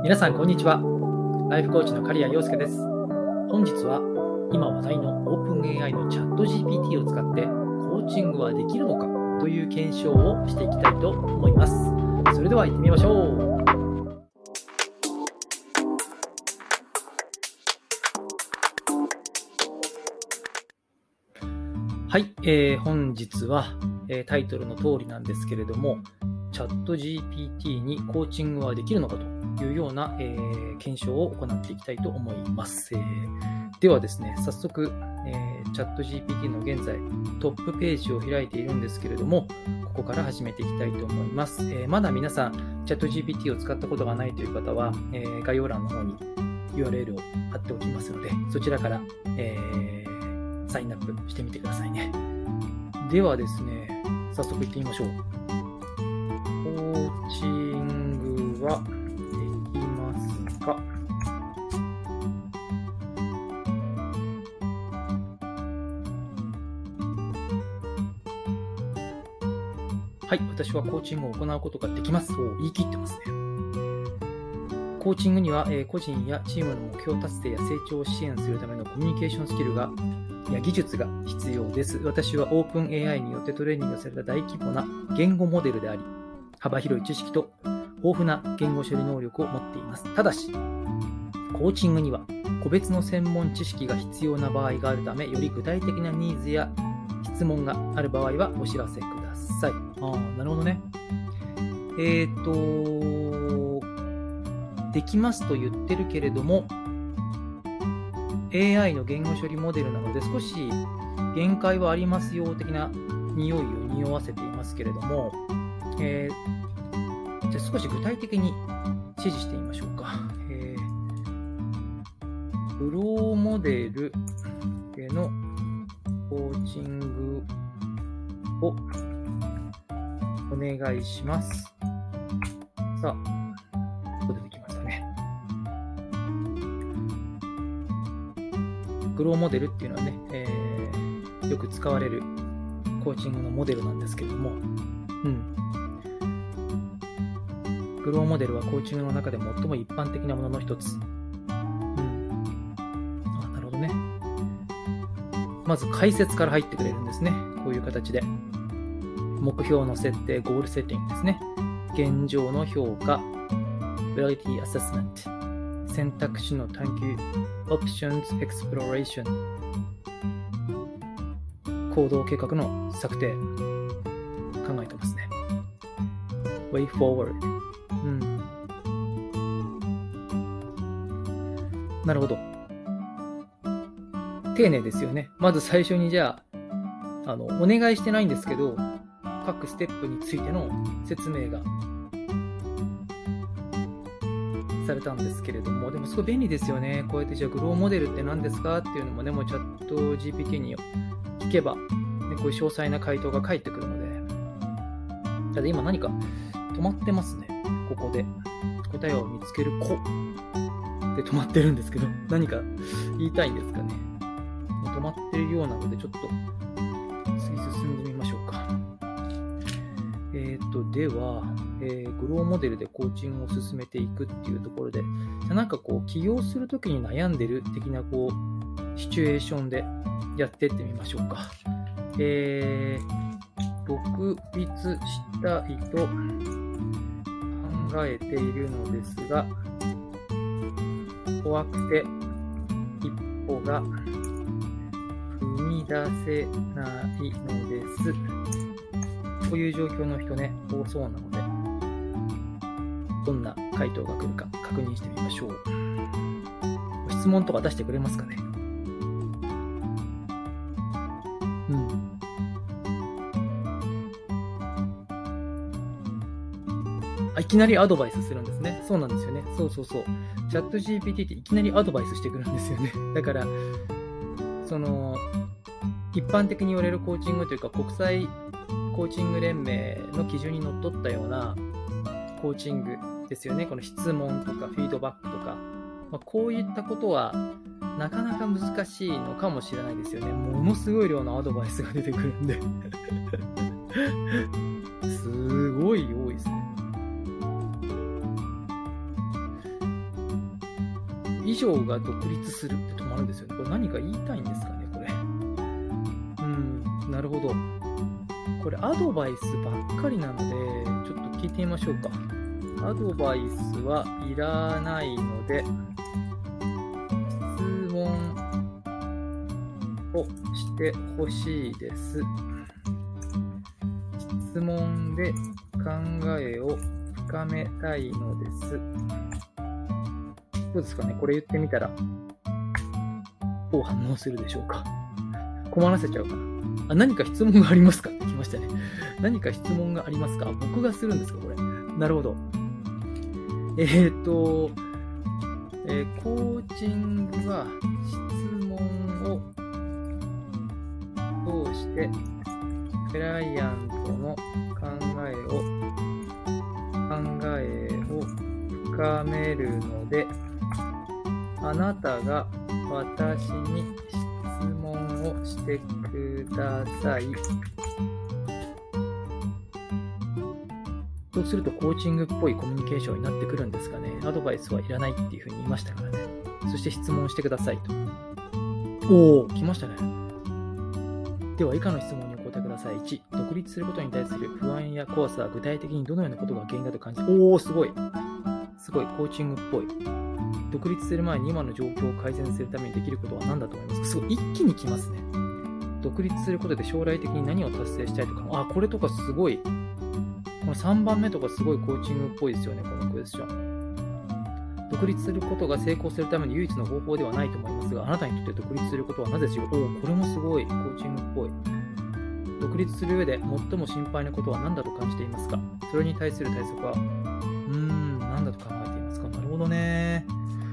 皆さんこんにちは。ライフコーチの刈谷陽介です。本日は今話題の OpenAI のチャット GPT を使ってコーチングはできるのかという検証をしていきたいと思います。それでは行ってみましょう。はい、本日は、タイトルの通りなんですけれども、チャット GPT にコーチングはできるのかというような、検証を行っていきたいと思います。ではですね、早速、チャット GPT の現在トップページを開いているんですけれども、ここから始めていきたいと思います。まだ皆さんチャット GPT を使ったことがないという方は、概要欄の方に URL を貼っておきますので、そちらから、サインアップしてみてくださいね。ではですね、早速行ってみましょう。コーチングはできますか？はい、私はコーチングを行うことができます。言い切ってますね。コーチングには、個人やチームの目標達成や成長を支援するためのコミュニケーションスキルや技術が必要です。私は OpenAI によってトレーニングされた大規模な言語モデルであり、幅広い知識と豊富な言語処理能力を持っています。ただし、コーチングには個別の専門知識が必要な場合があるため、より具体的なニーズや質問がある場合はお知らせください。なるほどね。できますと言ってるけれども、AI の言語処理モデルなので少し限界はありますよ的な匂いを匂わせていますけれども、じゃあ少し具体的に指示してみましょうか。プロモデルでのコーチングをお願いします。さあ、出てきましたね。グローモデルっていうのはね、よく使われるコーチングのモデルなんですけれども、グローモデルはコーチングの中で最も一般的なものの一つ。なるほどね。まず解説から入ってくれるんですね。こういう形で。目標の設定、ゴールセッティングですね。現状の評価、Reality Assessment、選択肢の探求、Options Exploration、行動計画の策定、考えてますね。Way Forward。なるほど。丁寧ですよね。まず最初にじゃあ、お願いしてないんですけど、各ステップについての説明がされたんですけれども、でもすごい便利ですよね。こうやってじゃあグローモデルって何ですかっていうのもね、もうチャット GPT に聞けば、ね、こういう詳細な回答が返ってくるので、ただ今何か止まってますね。ここで答えを見つける子で止まってるんですけど、何か言いたいんですかね。止まってるようなのでちょっと次進んでみましょうか。では、グローモデルでコーチングを進めていくっていうところで、なんかこう起業するときに悩んでる的なこうシチュエーションでやっていってみましょうか。独立したいと考えているのですが、怖くて一歩が踏み出せないのです。こういう状況の人ね、多そうなので、どんな回答が来るか確認してみましょう。質問とか出してくれますかね。いきなりアドバイスするんですね。そうなんですよね。そう。チャット GPT っていきなりアドバイスしてくるんですよね。だから、一般的に言われるコーチングというか、国際コーチング連盟の基準にのっとったようなコーチングですよね。この質問とかフィードバックとか、こういったことはなかなか難しいのかもしれないですよね。ものすごい量のアドバイスが出てくるんですごい多いですね。 以上が独立するって止まるんですよね。これ何か言いたいんですかね、これ。なるほど。これアドバイスばっかりなので、ちょっと聞いてみましょうか。アドバイスはいらないので、質問をしてほしいです。質問で考えを深めたいのです。どうですかね、これ言ってみたらどう反応するでしょうか。困らせちゃうかな。何か質問がありますかって来ましたね。何か質問がありますか。僕がするんですか、これ。なるほど。コーチングは質問を通してクライアントの考えを深めるので、あなたが私に質問をしてください。そうするとコーチングっぽいコミュニケーションになってくるんですかね。アドバイスはいらないっていうふうに言いましたからね。そして質問してくださいと。来ましたね。では以下の質問にお答えください。1、独立することに対する不安や怖さは具体的にどのようなことが原因だと感じる。すごい。コーチングっぽい。独立する前に今の状況を改善するためにできることは何だと思いますか。すごい、一気に来ますね。独立することで将来的に何を達成したいとか。これとかすごい。この3番目とかすごいコーチングっぽいですよね、このクエスチョン。独立することが成功するための唯一の方法ではないと思いますが、あなたにとって独立することはなぜ違う？これもすごいコーチングっぽい。独立する上で最も心配なことは何だと感じていますか？それに対する対策は、何だと考えていますか？なるほどね。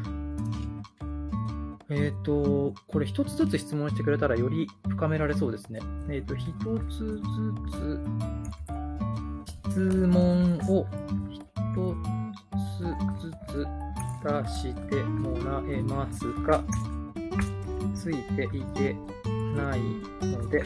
これ一つずつ質問してくれたらより深められそうですね。一つずつ質問を一つずつ出してもらえますか？ついていけないので、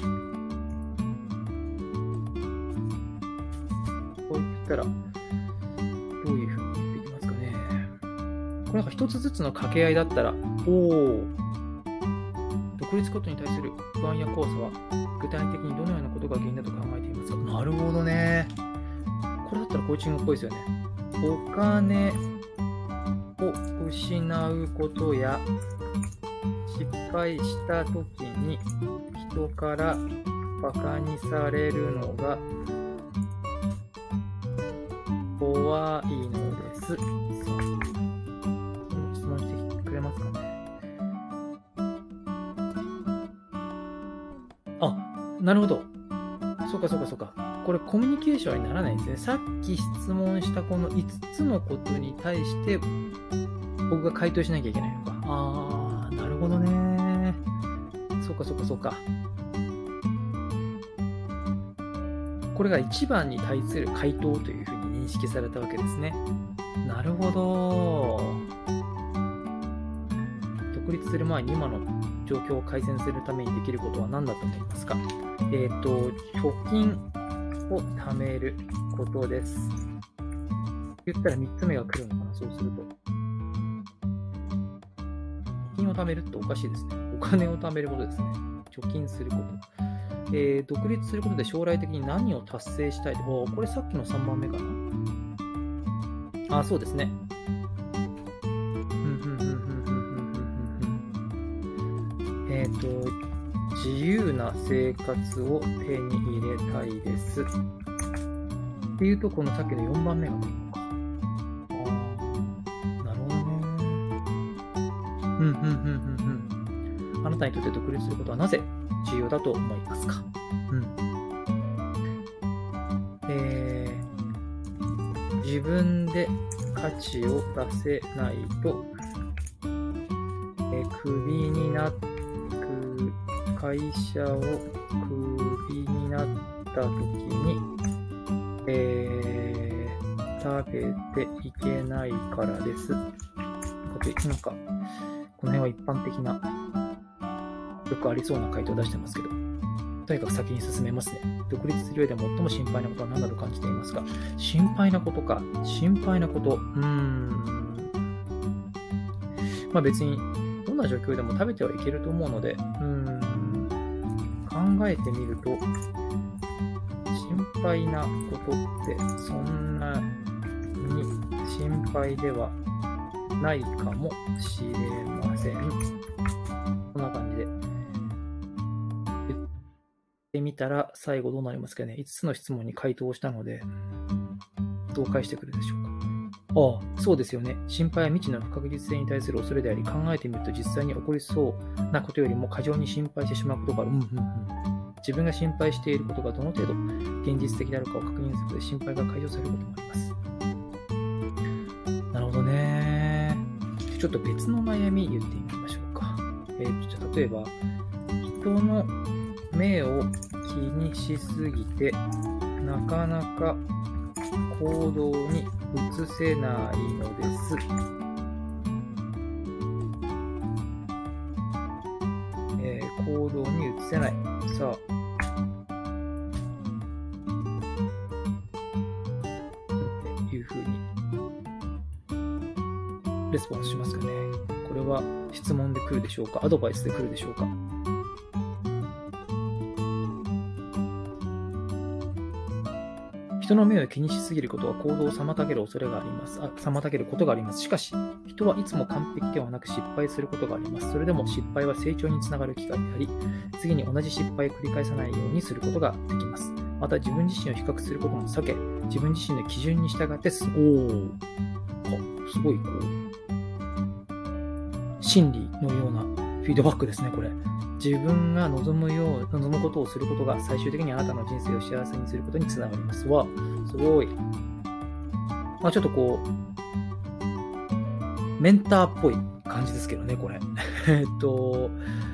こう言ったらどういうふうに言っていきますかね。これなんか一つずつの掛け合いだったら、独立ことに対する不安や怖さは具体的にどのようなことが原因だと考えていますか？なるほどね。これだったらコーチングっぽいですよね。お金を失うことや失敗したときに人からバカにされるのが怖いのです。さあ、質問してくれますかね。なるほど。そうか。これコミュニケーションにならないんですね。さっき質問したこの5つのことに対して僕が回答しなきゃいけないのか。なるほどね。そうか。これが1番に対する回答というふうに認識されたわけですね。なるほど。独立する前に今の状況を改善するためにできることは何だと思いますか？貯金を貯めることです。言ったら3つ目が来るのかな。そうすると貯金を貯めるっておかしいですね。お金を貯めることですね。貯金すること、独立することで将来的に何を達成したいと。これさっきの3番目かな。そうですね。自由な生活を手に入れたいです。っていうと、このさっきの4番目が来るのか。なるほどね。あなたにとって独立することはなぜ重要だと思いますか？自分で価値を出せないと、クビになって会社をクビになった時に、食べていけないからです。なんかこの辺は一般的なよくありそうな回答を出してますけど、とにかく先に進めますね。独立する上で最も心配なことは何だと感じていますか？心配なことか。心配なこと。 別にどんな状況でも食べてはいけると思うので、考えてみると、心配なことってそんなに心配ではないかもしれません。こんな感じで言ってみたら最後どうなりますかね。5つの質問に回答したので、どう返してくるでしょうか。そうですよね。心配は未知の不確実性に対する恐れであり、考えてみると実際に起こりそうなことよりも過剰に心配してしまうことがある。自分が心配していることがどの程度現実的であるかを確認することで心配が解消されることもあります。なるほどね。ちょっと別の悩み言ってみましょうか。じゃあ例えば、人の目を気にしすぎて、なかなか行動に移せないのです。行動に移せない。さあ、っていうふうにレスポンスしますかね。これは質問で来るでしょうか、アドバイスで来るでしょうか。人の目を気にしすぎることは行動を妨げる恐れがあります。妨げることがあります。しかし、人はいつも完璧ではなく失敗することがあります。それでも失敗は成長につながる機会であり、次に同じ失敗を繰り返さないようにすることができます。また自分自身を比較することも避け、自分自身の基準に従ってすごい心理のようなフィードバックですね、これ。自分が望むことをすることが最終的にあなたの人生を幸せにすることにつながります。すごい。ちょっとメンターっぽい感じですけどね、これ。ど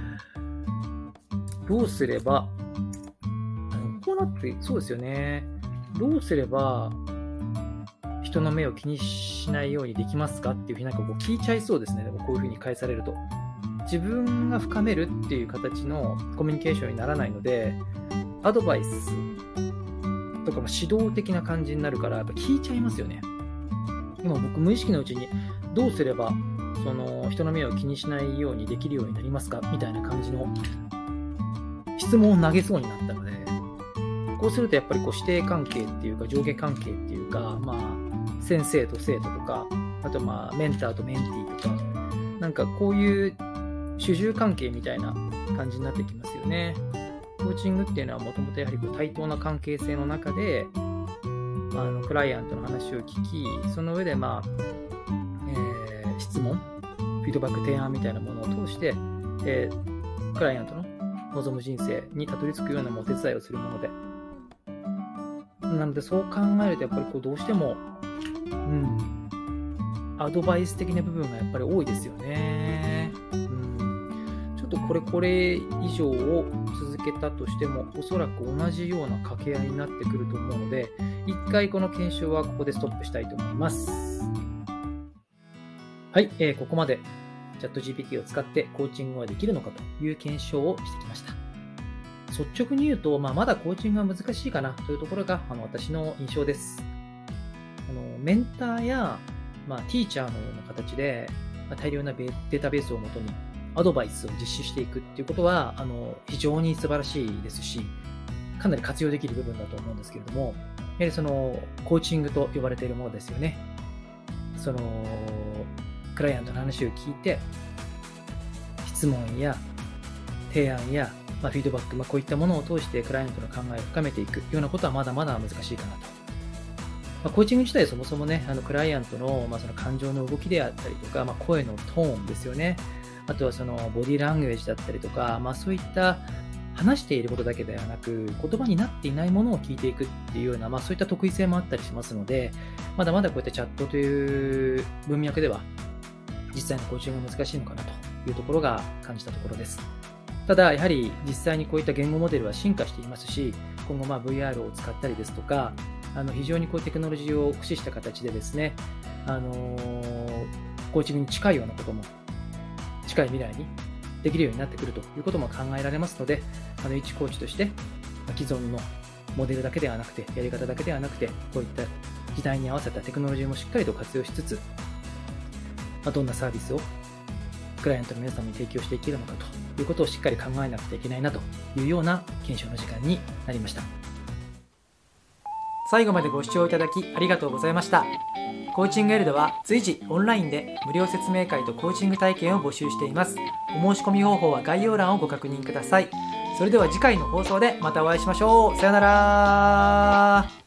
うすれば、こうなって、そうですよね。どうすれば、人の目を気にしないようにできますかっていうふうに聞いちゃいそうですね。でもこういうふうに返されると。自分が深めるっていう形のコミュニケーションにならないので、アドバイスとかも指導的な感じになるから、やっぱ聞いちゃいますよね。今僕無意識のうちにどうすれば人の目を気にしないようにできるようになりますかみたいな感じの質問を投げそうになったので、こうするとやっぱり指定関係っていうか上下関係っていうか、先生と生徒とか、あとメンターとメンティーとか、こういう主従関係みたいな感じになってきますよね。コーチングっていうのはもともとやはり対等な関係性の中で、クライアントの話を聞き、その上で質問、フィードバック、提案みたいなものを通して、クライアントの望む人生にたどり着くようなお手伝いをするもので。なのでそう考えるとやっぱりどうしても、アドバイス的な部分がやっぱり多いですよね。ちょっとこれ以上を続けたとしても、おそらく同じような掛け合いになってくると思うので、一回この検証はここでストップしたいと思います。はい、ここまでチャット GPT を使ってコーチングはできるのかという検証をしてきました。率直に言うと、まだコーチングは難しいかなというところが私の印象です。メンターや、ティーチャーのような形で、大量なデータベースをもとにアドバイスを実施していくっていうことは非常に素晴らしいですし、かなり活用できる部分だと思うんですけれども、やはりコーチングと呼ばれているものですよね。クライアントの話を聞いて、質問や提案や、フィードバック、こういったものを通してクライアントの考えを深めていくようなことはまだまだ難しいかなと。コーチング自体そもそもね、クライアントの、その感情の動きであったりとか、声のトーンですよね。あとはボディーランゲージだったりとか、そういった話していることだけではなく、言葉になっていないものを聞いていくっていうような、そういった得意性もあったりしますので、まだまだこういったチャットという文脈では、実際のコーチングが難しいのかなというところが感じたところです。ただ、やはり実際にこういった言語モデルは進化していますし、今後VR を使ったりですとか、非常にこうテクノロジーを駆使した形でですね、コーチングに近いようなことも近い未来にできるようになってくるということも考えられますので、一コーチとして既存のモデルだけではなくて、やり方だけではなくて、こういった時代に合わせたテクノロジーもしっかりと活用しつつ、どんなサービスをクライアントの皆様に提供していけるのかということをしっかり考えなくてはいけないなというような検証の時間になりました。最後までご視聴いただきありがとうございました。コーチングエルドは随時オンラインで無料説明会とコーチング体験を募集しています。お申し込み方法は概要欄をご確認ください。それでは次回の放送でまたお会いしましょう。さよなら。